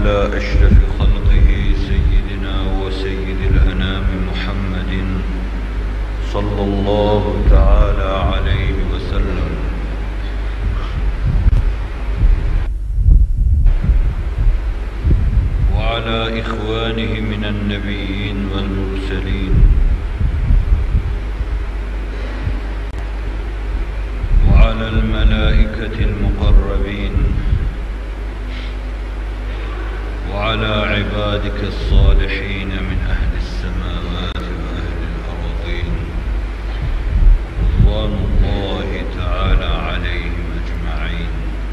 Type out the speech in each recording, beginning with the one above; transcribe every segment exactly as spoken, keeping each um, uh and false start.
على أشرف خلقه سيدنا وسيد الأنام محمد صلى الله تعالى عليه وسلم وعلى إخوانه من النبيين والمرسلين وعلى الملائكة المقربين وعلى عبادك الصالحين من أهل السماوات وأهل الأرضين رضوان الله تعالى عليهم أجمعين.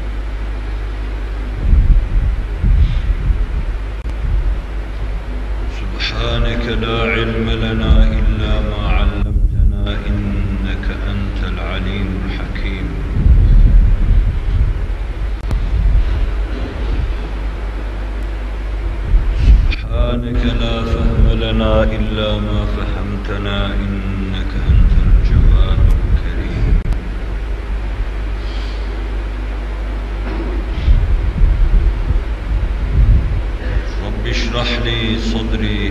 سبحانك لا علم لنا إلا ما علمتنا إنك أنت العليم الحكيم. سبحانك لا فهم لنا إلا ما فهمتنا إنك أنت الجواد الكريم. رب اشرح لي صدري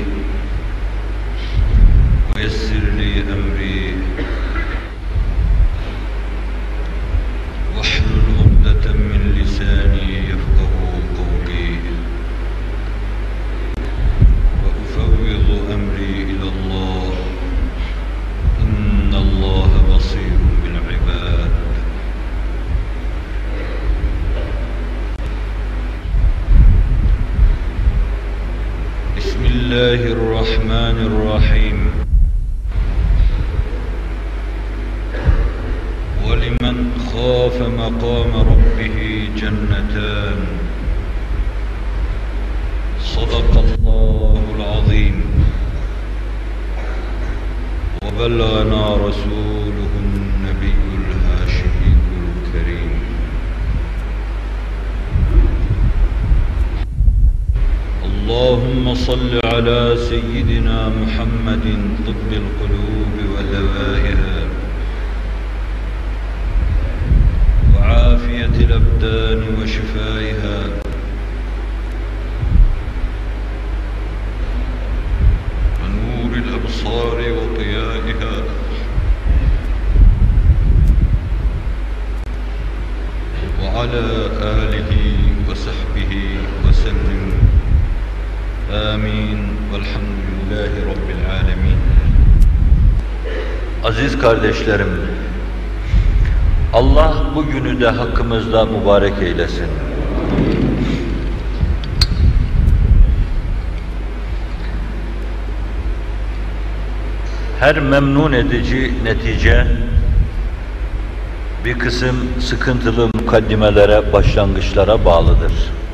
ويسر لي أمري واحلل عقدة من لساني يفقه قولي وأفوض أمري إلى الله إن الله بصير بالعباد. بسم الله الرحمن الرحيم. ولمن خاف مقام ربه جنتان صدق الله العظيم وبلغنا رسوله النبي الهاشمي الكريم. اللهم صل على سيدنا محمد طب القلوب ودوائها وعافية الأبدان وشفائها ونور الأبصار وضيائها وعلى آله وصحبه وسلم آمين velhamdülillahi Rabbil alemin. Aziz kardeşlerim, Allah bu günü de hakkımızda mübarek eylesin. Her memnun edici netice, bir kısım sıkıntılı mukaddimelere, başlangıçlara bağlıdır.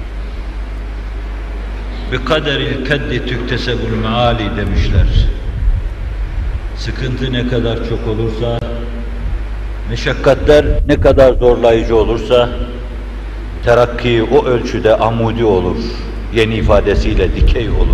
Bi kaderil keddi tüktesebul meali demişler. Sıkıntı ne kadar çok olursa, meşakkatler ne kadar zorlayıcı olursa, terakki o ölçüde amudi olur, yeni ifadesiyle dikey olur.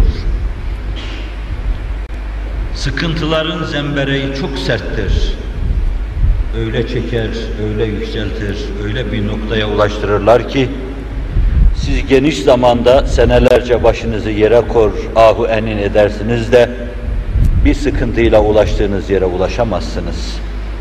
Sıkıntıların zembereği çok serttir. Öyle çeker, öyle yükseltir, öyle bir noktaya ulaştırırlar ki, siz geniş zamanda senelerce başınızı yere kor, ahu enin edersiniz de, bir sıkıntıyla ulaştığınız yere ulaşamazsınız.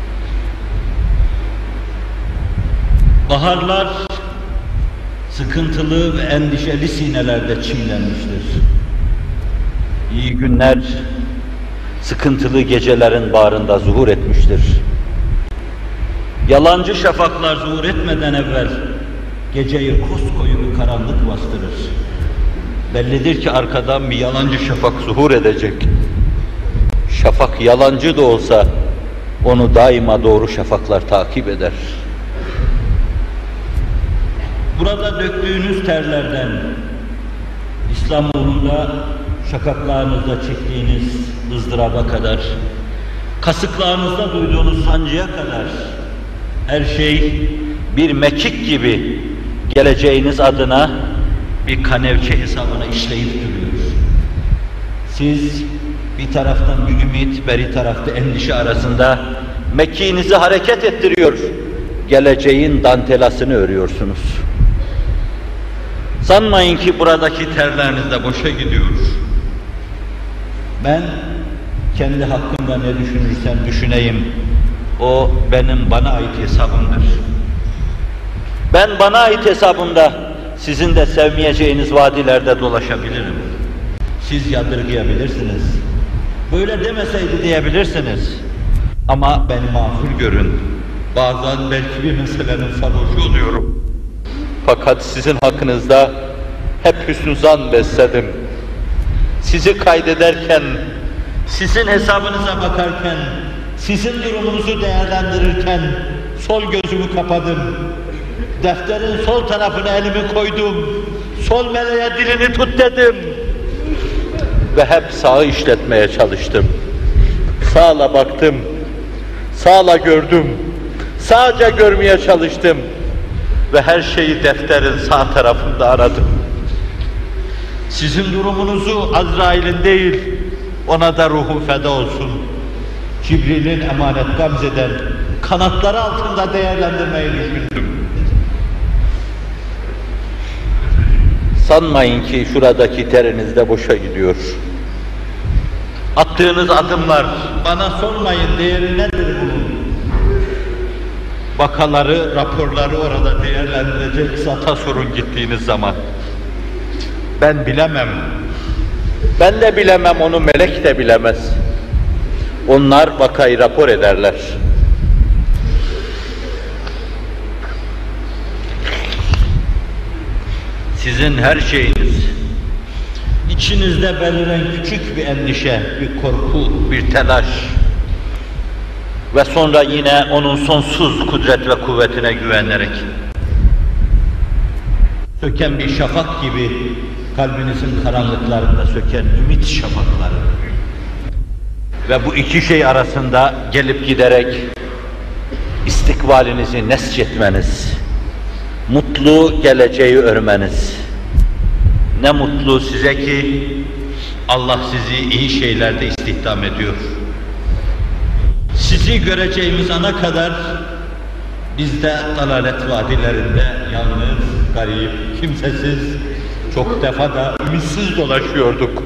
Baharlar sıkıntılı ve endişeli sinelerde çiğlenmiştir. İyi günler sıkıntılı gecelerin bağrında zuhur etmiştir. Yalancı şafaklar zuhur etmeden evvel geceyi koskoyu bir karanlık bastırır. Bellidir ki arkadan bir yalancı şafak zuhur edecek. Şafak yalancı da olsa onu daima doğru şafaklar takip eder. Burada döktüğünüz terlerden, İslam uğrunda şakaklarınızda çektiğiniz ızdıraba kadar, kasıklarınızda duyduğunuz sancıya kadar, her şey bir mekik gibi geleceğiniz adına bir kanevçe hesabına işleyip duruyor. Siz bir taraftan bir ümit, beri tarafta endişe arasında mekiğinizi hareket ettiriyor, geleceğin dantelasını örüyorsunuz. Sanmayın ki buradaki terleriniz de boşa gidiyor. Ben kendi hakkımda ne düşünürsem düşüneyim, o benim bana ait hesabımdır. Ben bana ait hesabımda sizin de sevmeyeceğiniz vadilerde dolaşabilirim. Siz yadırgayabilirsiniz. Böyle demeseydi diyebilirsiniz. Ama beni mağfur görün. Bazen belki bir meselenin sarhoşu oluyorum. Fakat sizin hakkınızda hep hüsnü zan besledim. Sizi kaydederken, sizin hesabınıza bakarken, sizin durumunuzu değerlendirirken sol gözümü kapadım. Defterin sol tarafına elimi koydum. Sol meleğe dilini tut dedim. Ve hep sağı işletmeye çalıştım. Sağla baktım, sağla gördüm, sağca görmeye çalıştım. Ve her şeyi defterin sağ tarafında aradım. Sizin durumunuzu Azrail'in değil, ona da ruhu feda olsun, Cibril'in emanet gamzeden kanatları altında değerlendirmeyi düşündüm. Sanmayın ki şuradaki teriniz de boşa gidiyor. Attığınız adımlar, bana sormayın değeri nedir bunun? Vakaları, raporları orada değerlendirecek zata sorun gittiğiniz zaman. Ben bilemem. Ben de bilemem, onu melek de bilemez. Onlar vakayı rapor ederler. Sizin her şeyiniz, içinizde beliren küçük bir endişe, bir korku, bir telaş ve sonra yine onun sonsuz kudret ve kuvvetine güvenerek söken bir şafak gibi kalbinizin karanlıklarında söken ümit şafakları ve bu iki şey arasında gelip giderek istikbalinizi nesçetmeniz, mutlu geleceği örmeniz. Ne mutlu size ki Allah sizi iyi şeylerde istihdam ediyor. Sizi göreceğimiz ana kadar biz de dalalet vadilerinde yalnız, garip, kimsesiz, çok defa da ümitsiz dolaşıyorduk.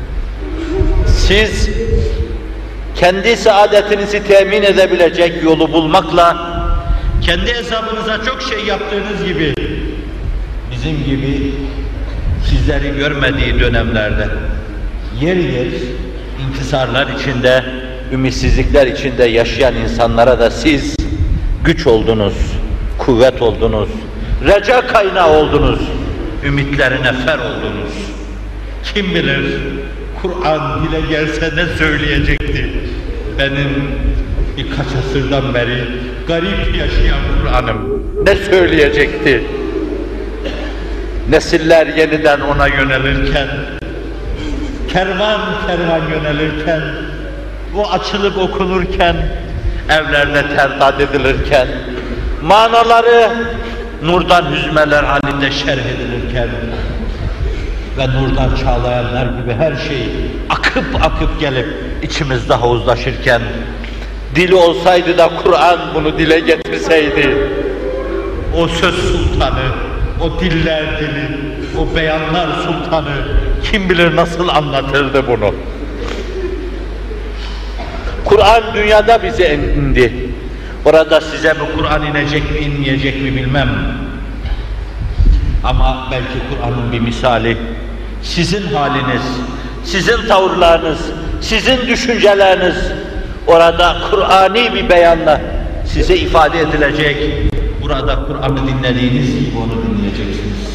Siz kendi saadetinizi temin edebilecek yolu bulmakla kendi hesabınıza çok şey yaptığınız gibi bizim gibi sizleri görmediği dönemlerde yer yer inkisarlar içinde, ümitsizlikler içinde yaşayan insanlara da siz güç oldunuz, kuvvet oldunuz, reca kaynağı oldunuz, ümitlerine fer oldunuz. Kim bilir Kur'an dile gelse ne söyleyecekti? Benim birkaç asırdan beri garip yaşayan Kur'an'ım ne söyleyecekti? Nesiller yeniden ona yönelirken, kervan kervan yönelirken, o açılıp okunurken, evlerde terdad edilirken, manaları nurdan hüzmeler halinde şerh edilirken ve nurdan çağlayanlar gibi her şey akıp akıp gelip içimizde havuzlaşırken, dili olsaydı da Kur'an bunu dile getirseydi, o söz sultanı, o diller dili, o beyanlar sultanı kim bilir nasıl anlatırdı bunu. Kur'an dünyada bize indi. Orada size bu Kur'an inecek mi inmeyecek mi bilmem. Ama belki Kur'an'ın bir misali, sizin haliniz, sizin tavırlarınız, sizin düşünceleriniz orada Kur'ani bir beyanla size ifade edilecek. Burada Kur'an'ı dinlediğiniz gibi onu dinleyeceksiniz.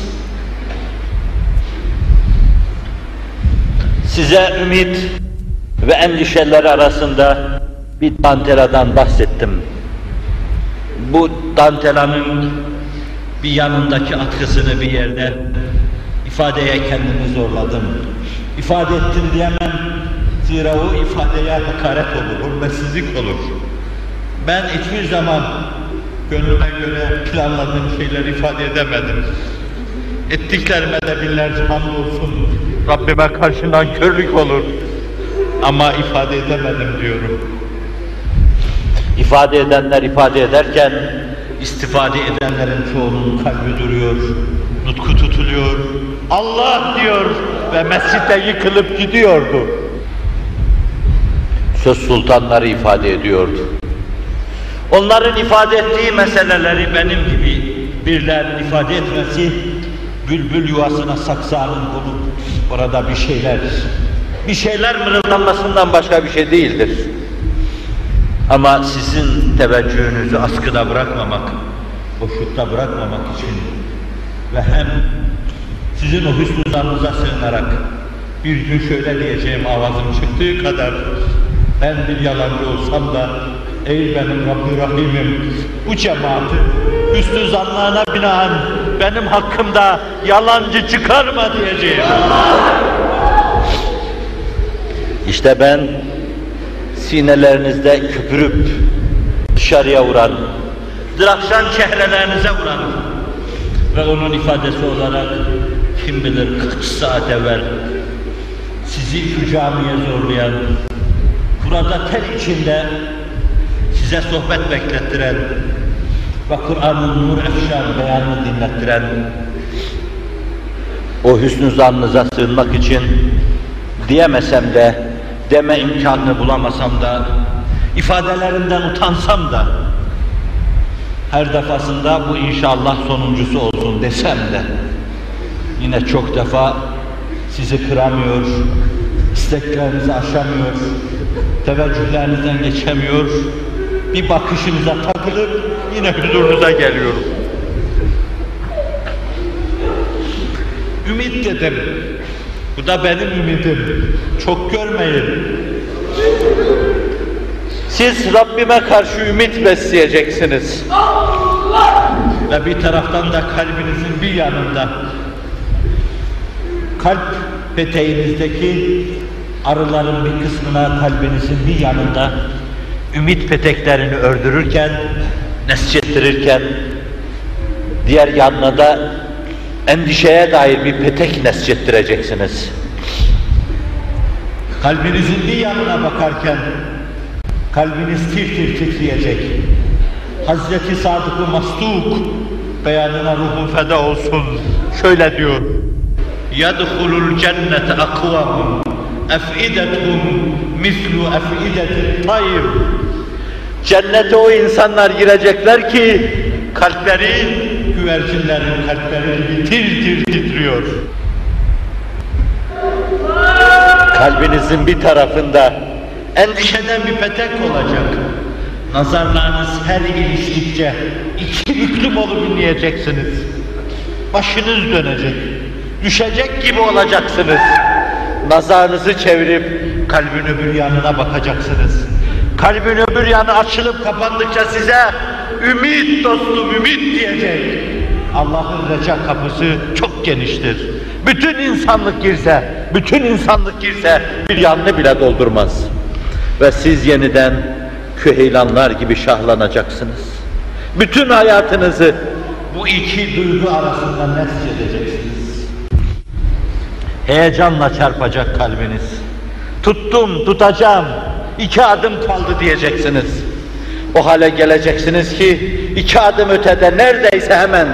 Size ümit ve endişeler arasında bir danteladan bahsettim. Bu dantelanın bir yanındaki atkısını bir yerde ifadeye kendimi zorladım. İfade ettim diyemem, zira o ifadeye hakaret olur, hürmetsizlik olur. Ben hiçbir zaman gönlüme göre planladığım şeyleri ifade edemedim. Ettiklerime de binlerce hamdolsun, Rabbime karşı nankörlük olur. Ama ifade edemedim diyorum. İfade edenler ifade ederken, istifade edenlerin çoğunun kalbi duruyor, nutku tutuluyor, Allah diyor ve mescitte yıkılıp gidiyordu. Söz sultanları ifade ediyordu. Onların ifade ettiği meseleleri benim gibi birilerinin ifade etmesi, bülbül yuvasına saksağının konup orada bir şeyler, bir şeyler mırıldanmasından başka bir şey değildir. Ama sizin teveccühünüzü askıda bırakmamak, boşlukta bırakmamak için ve hem sizin o hüsnü zannınıza sığınarak bir gün şöyle diyeceğim avazım çıktığı kadar, ben bir yalancı olsam da ey benim Rabbi Rahim'im, bu cemaati hüsnü zannına binaen benim hakkımda yalancı çıkarma diyeceğim. İşte ben sinelerinizde köpürüp dışarıya vuran, drakşan çehrelerinize vuran ve onun ifadesi olarak kim bilir kaç saat evvel sizi şu camiye zorlayan, burada ter içinde size sohbet beklettiren ve Kur'an'ın nur efşan beyanını dinlettiren o hüsnü zannınıza sığınmak için diyemesem de, deme imkanını bulamasam da, ifadelerinden utansam da, her defasında bu inşallah sonuncusu olsun desem de, yine çok defa sizi kıramıyor, isteklerinizi aşamıyor, teveccühlerinizden geçemiyor, bir bakışınıza takılıp yine huzurunuza geliyorum. Ümit dedim, bu da benim ümidim, çok görmeyin. Siz Rabbime karşı ümit besleyeceksiniz. Ve bir taraftan da kalbinizin bir yanında, kalp peteğinizdeki arıların bir kısmına kalbinizin bir yanında ümit peteklerini ördürürken, nesçettirirken, diğer yanına da endişeye dair bir petek nesçettireceksiniz. Kalbinizin bir yanına bakarken kalbiniz tir tir titreyecek. Hazreti Sadık-ı Masduk beyanına ruhum feda olsun. Şöyle diyor: يَدْخُلُ الْجَنَّةَ اَقْوَمٌ اَفْئِدَتْهُمْ مِثْلُ اَفْئِدَةِ الطَّيْرِ. Cennete o insanlar girecekler ki kalpleri, güvercinlerin kalpleri gibi tir tir titriyor. Kalbinizin bir tarafında endişeden bir petek olacak. Nazarlarınız her iliştikçe iki büklüm olup inleyeceksiniz. Başınız dönecek, düşecek gibi olacaksınız. Nazarınızı çevirip kalbin öbür yanına bakacaksınız. Kalbin öbür yanı açılıp kapandıkça size ümit dostum ümit diyecek. Allah'ın reca kapısı çok geniştir. Bütün insanlık girse, bütün insanlık girse bir yanını bile doldurmaz. Ve siz yeniden küheylanlar gibi şahlanacaksınız. Bütün hayatınızı bu iki duygu arasında nesçedeceksiniz. Heyecanla çarpacak kalbiniz. Tuttum, tutacağım, iki adım kaldı diyeceksiniz. O hale geleceksiniz ki iki adım ötede neredeyse hemen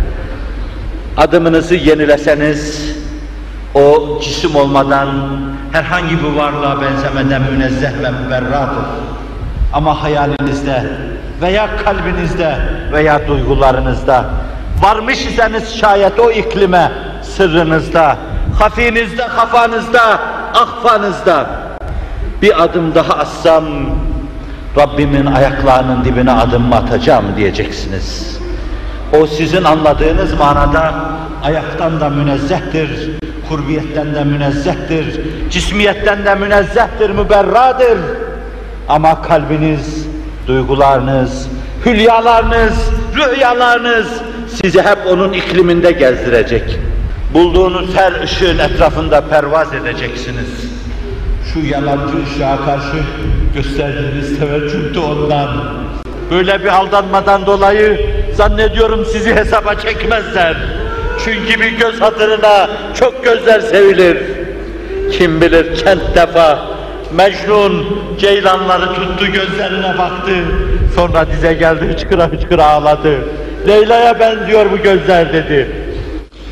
adımınızı yenileseniz o cisim olmadan herhangi bir varlığa benzemeden münezzeh ve müberradır. Ama hayalinizde veya kalbinizde veya duygularınızda varmış iseniz şayet o iklime, sırrınızda, hafinizde, kafanızda, ahfanızda bir adım daha atsam Rabbimin ayaklarının dibine adım atacağım diyeceksiniz. O sizin anladığınız manada ayaktan da münezzehtir, kurbiyetten de münezzehtir, cismiyetten de münezzehtir, müberradır. Ama kalbiniz, duygularınız, hülyalarınız, rüyalarınız sizi hep onun ikliminde gezdirecek. Bulduğunuz her ışığın etrafında pervaz edeceksiniz. Şu yalancı ışığa karşı gösterdiğiniz teveccüh de ondan. Böyle bir aldanmadan dolayı zannediyorum sizi hesaba çekmezler. Çünkü bir göz hatırına çok gözler sevilir. Kim bilir kent defa Mecnun ceylanları tuttu, gözlerine baktı. Sonra dize geldi, hıçkıra hıçkıra ağladı. Leyla'ya benziyor bu gözler dedi.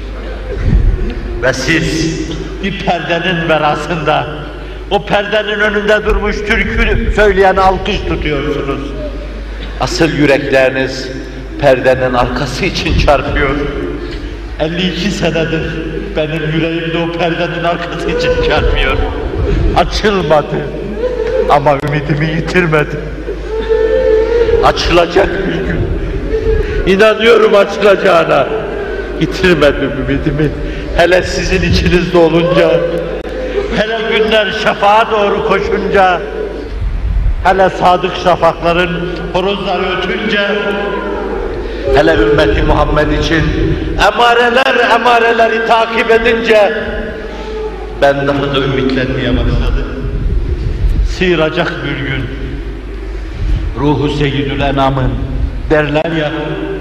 Ve siz bir perdenin verasında, o perdenin önünde durmuş türkü söyleyen alkış tutuyorsunuz. Asıl yürekleriniz perdenin arkası için çarpıyor. elli iki senedir benim yüreğimde o perdenin arkası için çarpıyor. Açılmadı ama ümidimi yitirmedim. Açılacak bir gün. İnanıyorum açılacağına. Yitirmedim ümidimi. Hele sizin içinizde olunca, hele günler şafağa doğru koşunca, hele sadık şafakların horozları ötünce, hele ümmeti Muhammed için emareler emareleri takip edince ben daha da ümitlenmeye başladım. Sıyıracak bir gün ruhu Seyyidül Enam'ın derler ya,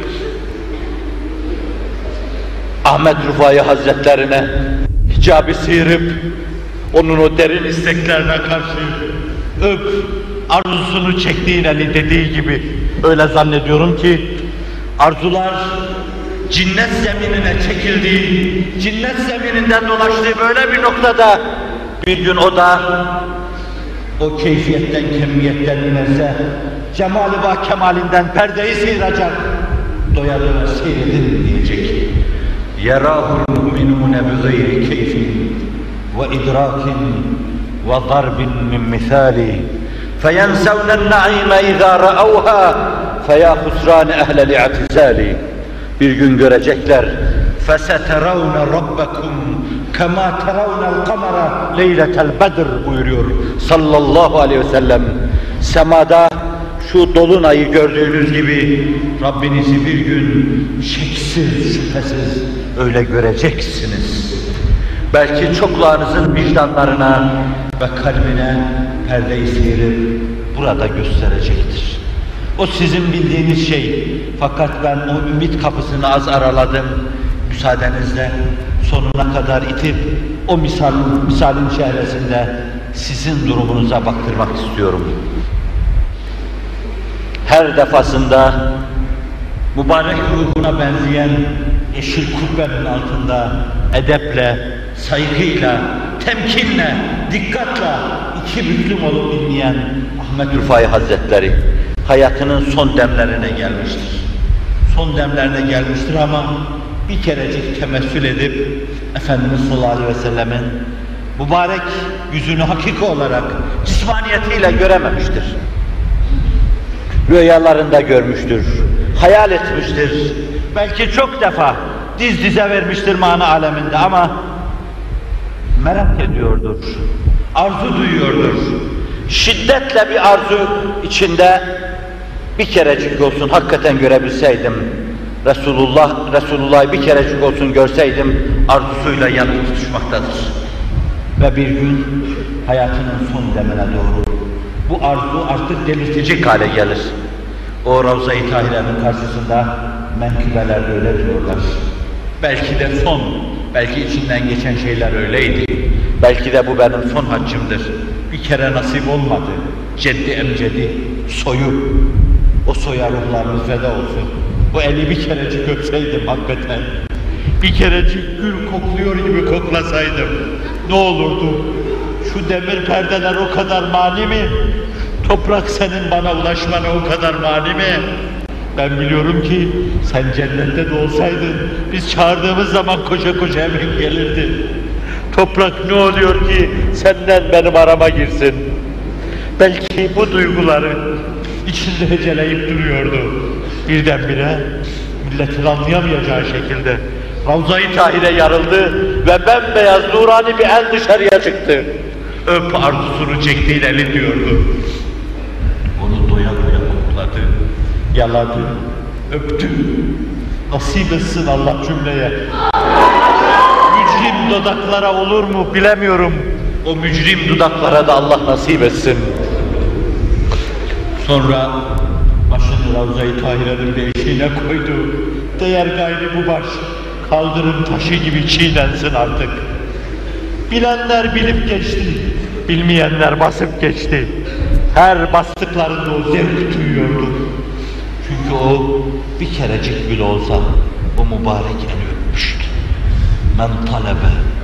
Ahmet Rufai Hazretlerine hicabı sıyırıp onun o derin isteklerine karşı öp, arzusunu çektiğin eli dediği gibi öyle zannediyorum ki arzular cinnet zeminine çekildiği, cinnet zemininden dolaştığı böyle bir noktada bir gün o da o keyfiyetten, kemiyetten inerse cemali ve kemalinden perdeyi sıyıracak, doya doya seyredin diyecek. يَرَاهُ الْمُؤْمِنُونَ بِغَيْرِ كَيْفٍ وَإِدْرَاكٍ وَضَرْبٍ مِنْ مِثَالِ فَيَنْسَوْنَ النَّعِيمَ إِذَا رَأَوْهَا فَيَا خُسْرَانَ أَهْلَ الْاِعْتِزَالِ Bir gün görecekler فَسَتَرَوْنَ رَبَّكُمْ كَمَا تَرَوْنَ الْقَمَرَ لَيْلَةَ الْبَدْرِ buyuruyor sallallahu aleyhi ve sellem. Semada şu dolunayı gördüğünüz gibi Rabbinizi bir gün şeksiz, şüphesiz öyle göreceksiniz. Belki çoklarınızın vicdanlarına ve kalbine perde-i seyri burada gösterecektir. O sizin bildiğiniz şey. Fakat ben o ümit kapısını az araladım. Müsaadenizle sonuna kadar itip o misal, misalin çehresinde sizin durumunuza baktırmak istiyorum. Her defasında mübarek ruhuna benzeyen yeşil kubbenin altında edeple, saygıyla, temkinle, dikkatle iki büklüm olup dinleyen Ahmet Rufai Hazretleri hayatının son demlerine gelmiştir. Son demlerine gelmiştir ama bir kerecik temessül edip Efendimiz sallallahu aleyhi ve sellemin mübarek yüzünü hakiki olarak cismaniyetiyle görememiştir. Rüyalarında görmüştür, hayal etmiştir. Belki çok defa diz dize vermiştir mana aleminde ama merak ediyordur, arzu duyuyordur. Şiddetle bir arzu içinde bir kerecik olsun hakikaten görebilseydim, Resulullah, Resulullah'ı bir kerecik olsun görseydim arzusuyla yanıp tutuşmaktadır. Ve bir gün hayatının son demine doğru bu arzu artık delirtecek hale gelir. O Ravza-i Tahire'nin karşısında menkıbeler öyle diyorlar. Belki de son, belki içinden geçen şeyler öyleydi. Belki de bu benim son haccımdır. Bir kere nasip olmadı. Ceddi emcedi, soyu, o soya ruhlarımız feda olsun. Bu eli bir kerecik öpseydim hakikaten, bir kerecik gül kokluyor gibi koklasaydım, ne olurdu? Şu demir perdeler o kadar mani mi? Toprak senin bana ulaşmana o kadar mani mi? Ben biliyorum ki sen cennette de olsaydın, biz çağırdığımız zaman koşa koşa hemen gelirdin. Toprak ne oluyor ki senden benim arama girsin? Belki bu duyguları içinde heceleyip duruyordu. Birdenbire milletin anlayamayacağı şekilde Ravza-i Tahire yarıldı ve bembeyaz nurani bir el dışarıya çıktı. Öp arzusunu çektiğin eli diyordu. Onu doya doya kokladı, yaladı, öptü. Nasip etsin Allah cümleye. Mücrim dudaklara olur mu bilemiyorum. O mücrim dudaklara da Allah nasip etsin. Sonra başını Ravza-i Tahire'nin beşiğine koydu. Değer gayri bu baş, kaldırım taşı gibi çiğnensin artık. Bilenler bilip geçti, bilmeyenler basıp geçti. Her bastıklarında o zevk duyuyordu. Çünkü o bir kerecik bile olsa o mübarek eli öpmüştü. Men talebe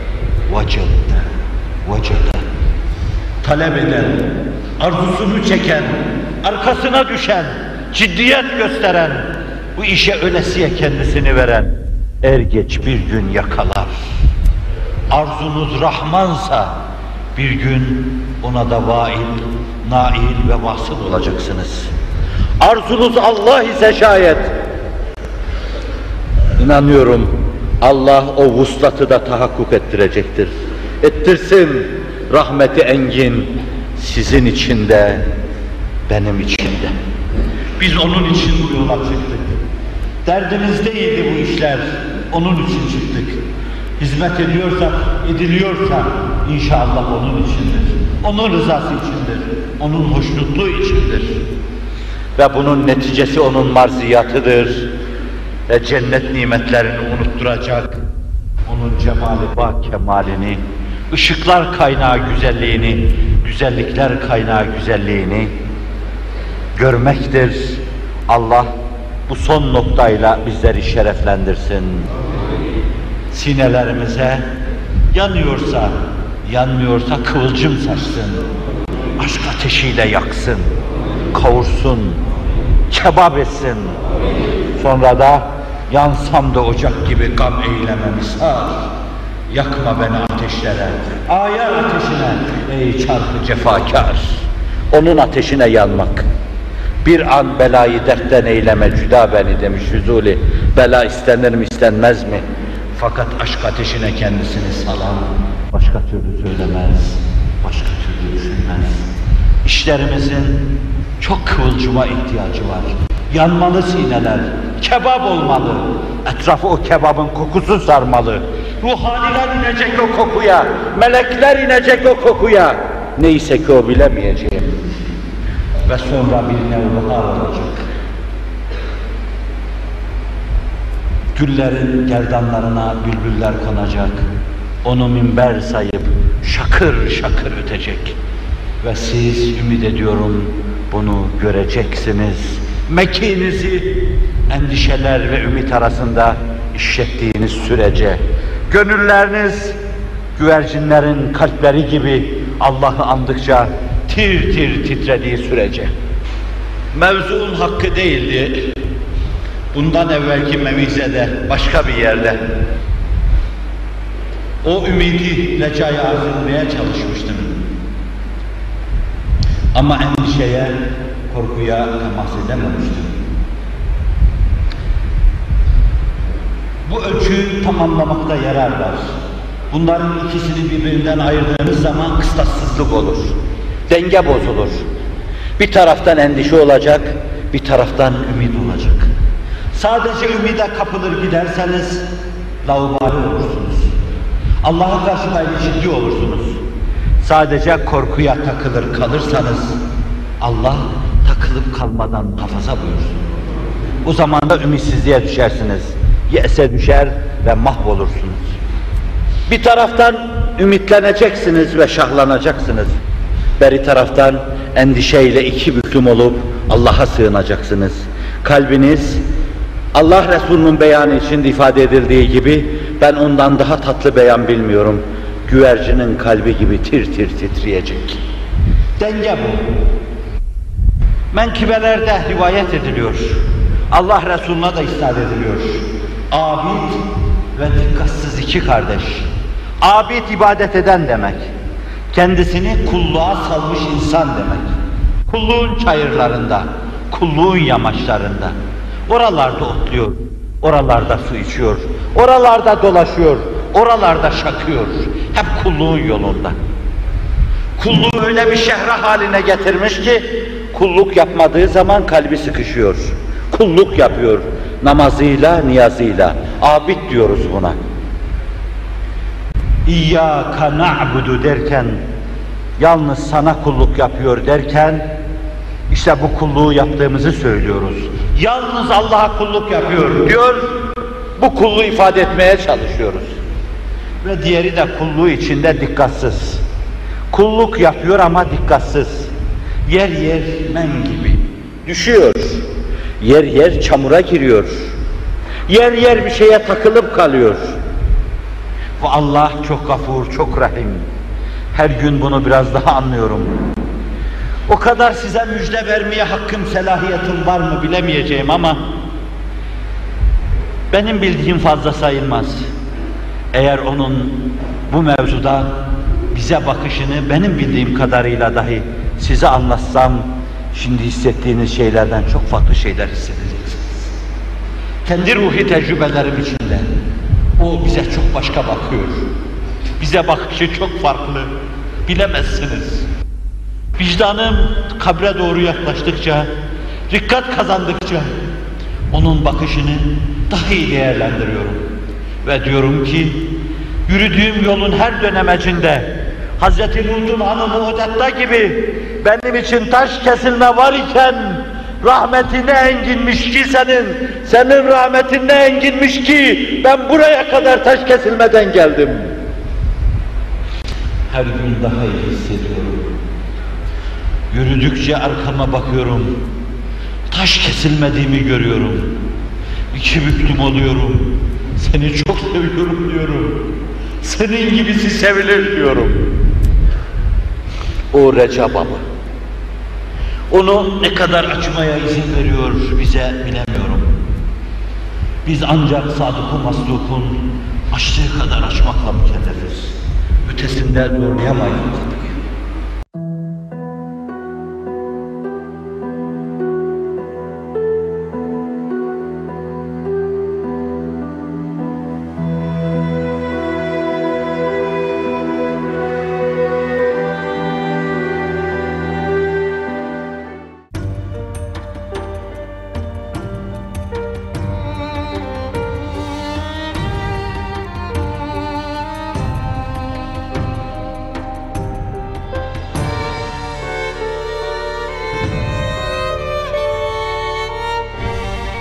vacette, vacette. Talep eden, arzusunu çeken, arkasına düşen, ciddiyet gösteren, bu işe ölesiye kendisini veren, er geç bir gün yakalar. Arzunuz Rahmansa, bir gün ona da vail, nail ve vasıl olacaksınız. Arzunuz Allah ise şayet, İnanıyorum Allah o vuslatı da tahakkuk ettirecektir. Ettirsin, rahmeti engin sizin için de, benim için de. Biz onun için bu yola çıktık. Derdimiz değildi bu işler, onun için çıktık. Hizmet ediyorsak, ediliyorsa inşallah onun içindir. Onun rızası içindir, onun hoşnutluğu içindir. Ve bunun neticesi onun marziyatıdır. Ve cennet nimetlerini unutturacak, onun cemali bak kemalini, ışıklar kaynağı güzelliğini, güzellikler kaynağı güzelliğini görmektir. Allah bu son noktayla bizleri şereflendirsin. Sinelerimize yanıyorsa, yanmıyorsa kıvılcım saçsın, aşk ateşiyle yaksın, kavursun, kebap etsin. Sonra da yansam da ocak gibi gam eylememi sar. Yakma beni ateşlere, ayar ateşine ey çarpı cefakar. Onun ateşine yanmak. Bir an belayı dertten eyleme cüda beni demiş Füzuli. Bela istenir mi istenmez mi? Fakat aşk ateşine kendisini salan başka türlü söylemez, başka türlü düşünmez. İşlerimizin çok kıvılcıma ihtiyacı var. Yanmalı sineler, kebap olmalı. Etrafı o kebabın kokusu sarmalı. Ruhaniler inecek o kokuya, melekler inecek o kokuya. Neyse ki o bilemeyeceğim. Ve sonra bir nevbahar olacak. Güllerin gerdanlarına bülbüller konacak. Onu minber sayıp şakır şakır ötecek. Ve siz ümit ediyorum bunu göreceksiniz. Mekiğinizi endişeler ve ümit arasında işlettiğiniz sürece, gönülleriniz güvercinlerin kalpleri gibi Allah'ı andıkça tir tir titrediği sürece. Mevzuun hakkı değildi. Bundan evvelki mevizede, başka bir yerde o ümidi recaya arz etmeye çalışmıştım. Ama endişeye, korkuya temas edememiştim. Bu ölçüyü tamamlamakta yarar var. Bunların ikisini birbirinden ayırdığınız zaman kıstassızlık olur. Denge bozulur. Bir taraftan endişe olacak, bir taraftan ümit olacak. Sadece ümide kapılır giderseniz laubali olursunuz. Allah'a karşı gayri ciddi olursunuz. Sadece korkuya takılır kalırsanız Allah takılıp kalmadan muhafaza buyursun. O zaman da ümitsizliğe düşersiniz. Yese düşer ve mahvolursunuz. Bir taraftan ümitleneceksiniz ve şahlanacaksınız. Beri taraftan endişeyle iki büklüm olup Allah'a sığınacaksınız. Kalbiniz Allah Resulü'nün beyanı içinde ifade edildiği gibi ben ondan daha tatlı beyan bilmiyorum. Güvercinin kalbi gibi tir tir titreyecek. Denge bu. Menkibelerde rivayet ediliyor. Allah Resulü'ne de isnat ediliyor. Abid ve dikkatsiz iki kardeş. Abid ibadet eden demek. Kendisini kulluğa salmış insan demek. Kulluğun çayırlarında, kulluğun yamaçlarında. Oralarda otluyor, oralarda su içiyor, oralarda dolaşıyor, oralarda şakıyor. Hep kulluğun yolunda. Kulluğu öyle bir şehre haline getirmiş ki, kulluk yapmadığı zaman kalbi sıkışıyor. Kulluk yapıyor, namazıyla, niyazıyla. Abid diyoruz buna. İyyâke na'budu derken, yalnız sana kulluk yapıyor derken, işte bu kulluğu yaptığımızı söylüyoruz. Yalnız Allah'a kulluk yapıyor diyor, bu kulluğu ifade etmeye çalışıyoruz. Ve diğeri de kulluğu içinde dikkatsiz. Kulluk yapıyor ama dikkatsiz. Yer yer men gibi düşüyor. Yer yer çamura giriyor. Yer yer bir şeye takılıp kalıyor. Bu Allah çok gafur, çok rahim. Her gün bunu biraz daha anlıyorum. O kadar size müjde vermeye hakkım, selahiyetim var mı bilemeyeceğim ama benim bildiğim fazla sayılmaz. Eğer onun bu mevzuda bize bakışını benim bildiğim kadarıyla dahi size anlatsam, şimdi hissettiğiniz şeylerden çok farklı şeyler hissedeceksiniz. Kendi ruhi tecrübelerim içinde o bize çok başka bakıyor. Bize bakışı çok farklı, bilemezsiniz. Vicdanım kabre doğru yaklaştıkça, dikkat kazandıkça onun bakışını daha iyi değerlendiriyorum. Ve diyorum ki, yürüdüğüm yolun her dönemecinde Hazreti Lut'un hanımı Odetta gibi benim için taş kesilme var iken rahmeti ne enginmiş ki senin, senin rahmetin ne enginmiş ki ben buraya kadar taş kesilmeden geldim. Her gün daha iyi hissediyorum. Yürüdükçe arkama bakıyorum, taş kesilmediğimi görüyorum. İki büklüm oluyorum, seni çok seviyorum diyorum. Senin gibisi sevilir diyorum. O Recep Baba. Onu ne kadar açmaya izin veriyor bize bilemiyorum. Biz ancak Sadık-ı Masluk'un açtığı kadar açmakla mükellefiz. Ötesinde zorlayamayız.